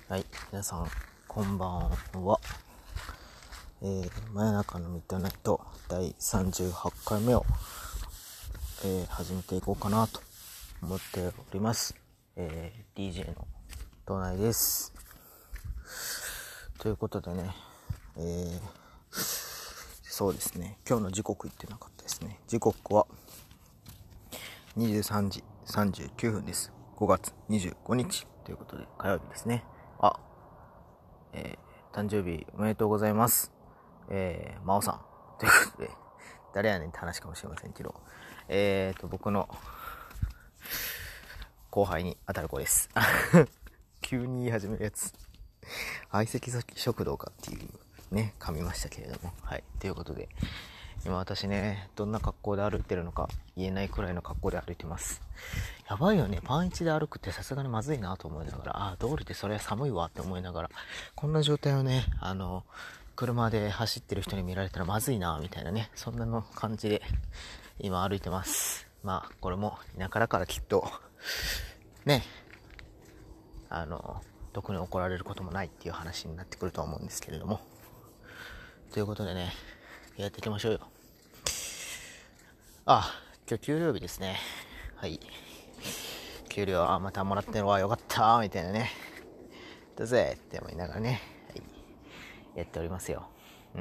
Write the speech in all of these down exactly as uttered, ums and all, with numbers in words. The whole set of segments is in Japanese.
はい、皆さんこんばんは。えー、真夜中のミッドナイトだいさんじゅうはちかいめを、えー、始めていこうかなと思っております。えー、ディージェー の道内です。ということでね、えー、そうですね、今日の時刻言ってなかったですね。時刻はにじゅうさんじさんじゅうきゅうふんです。ごがつにじゅうごにちということで火曜日ですね。あ、えー、誕生日おめでとうございます。えー、真央さん。ということで、誰やねんって話かもしれませんけど、えーと、僕の後輩に当たる子です。急に言い始めるやつ。相席食堂かっていうね、噛みましたけれども。はい。ということで、今私ね、どんな格好で歩いてるのか言えないくらいの格好で歩いてます。やばいよね、パンイチで歩くってさすがにまずいなと思いながら、ああ、道理でそれは寒いわって思いながら、こんな状態をね、あの、車で走ってる人に見られたらまずいなみたいなね、そんなの感じで今歩いてます。まあ、これも田舎だからきっと、ね、あの、特に怒られることもないっていう話になってくるとは思うんですけれども。ということでね、やっていきましょうよ。あ、今日給料日ですね。はい。給料はまたもらってるわ、よかったみたいなね。だぜって思いながらね、はい、やっておりますよ。うん。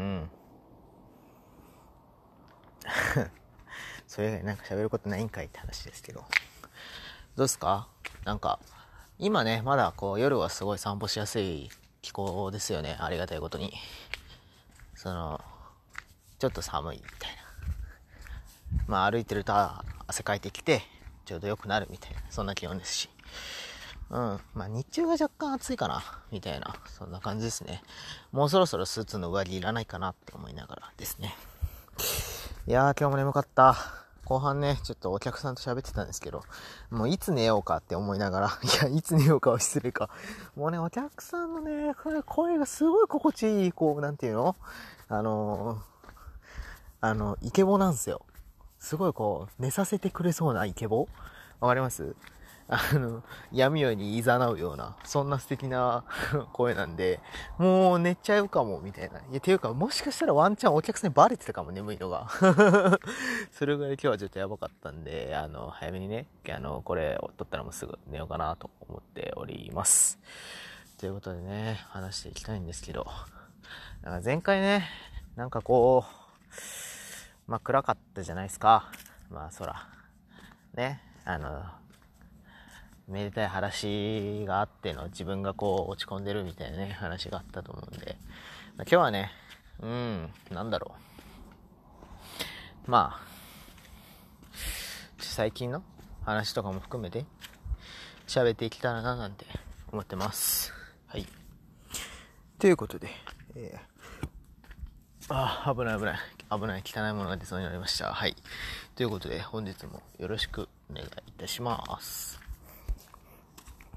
それ以外なんか喋ることないんかいって話ですけど。どうですか？なんか、今ね、まだこう夜はすごい散歩しやすい気候ですよね。ありがたいことに。その、ちょっと寒いみたいな。まあ歩いてると汗かいてきて、ちょうど良くなるみたいな、そんな気温ですし。うん。まあ日中が若干暑いかな、みたいな、そんな感じですね。もうそろそろスーツの上着いらないかなって思いながらですね。いやー今日も眠かった。後半ね、ちょっとお客さんと喋ってたんですけど、もういつ寝ようかって思いながら、いや、いつ寝ようかは失礼か。もうね、お客さんのね、声がすごい心地いい、こう、なんていうのあのー、あの、イケボなんですよ。すごいこう、寝させてくれそうなイケボわかります？あの、闇夜に誘うような、そんな素敵な声なんで、もう寝ちゃうかも、みたいな。いや、ていうか、もしかしたらワンチャンお客さんにバレてたかも、眠いのが。それぐらい今日はちょっとやばかったんで、あの、早めにね、あの、これを撮ったらもうすぐ寝ようかなと思っております。ということでね、話していきたいんですけど、なんか前回ね、なんかこう、まあ暗かったじゃないですか。まあそら、ね、あの、めでたい話があっての自分がこう落ち込んでるみたいなね話があったと思うんで、まあ、今日はね、うんなんだろう、まあ最近の話とかも含めて喋っていけたらななんて思ってます。はい。ということで、えー、あ危ない危ない危ない汚いものが出そうになりました。はい。ということで本日もよろしくお願いいたします。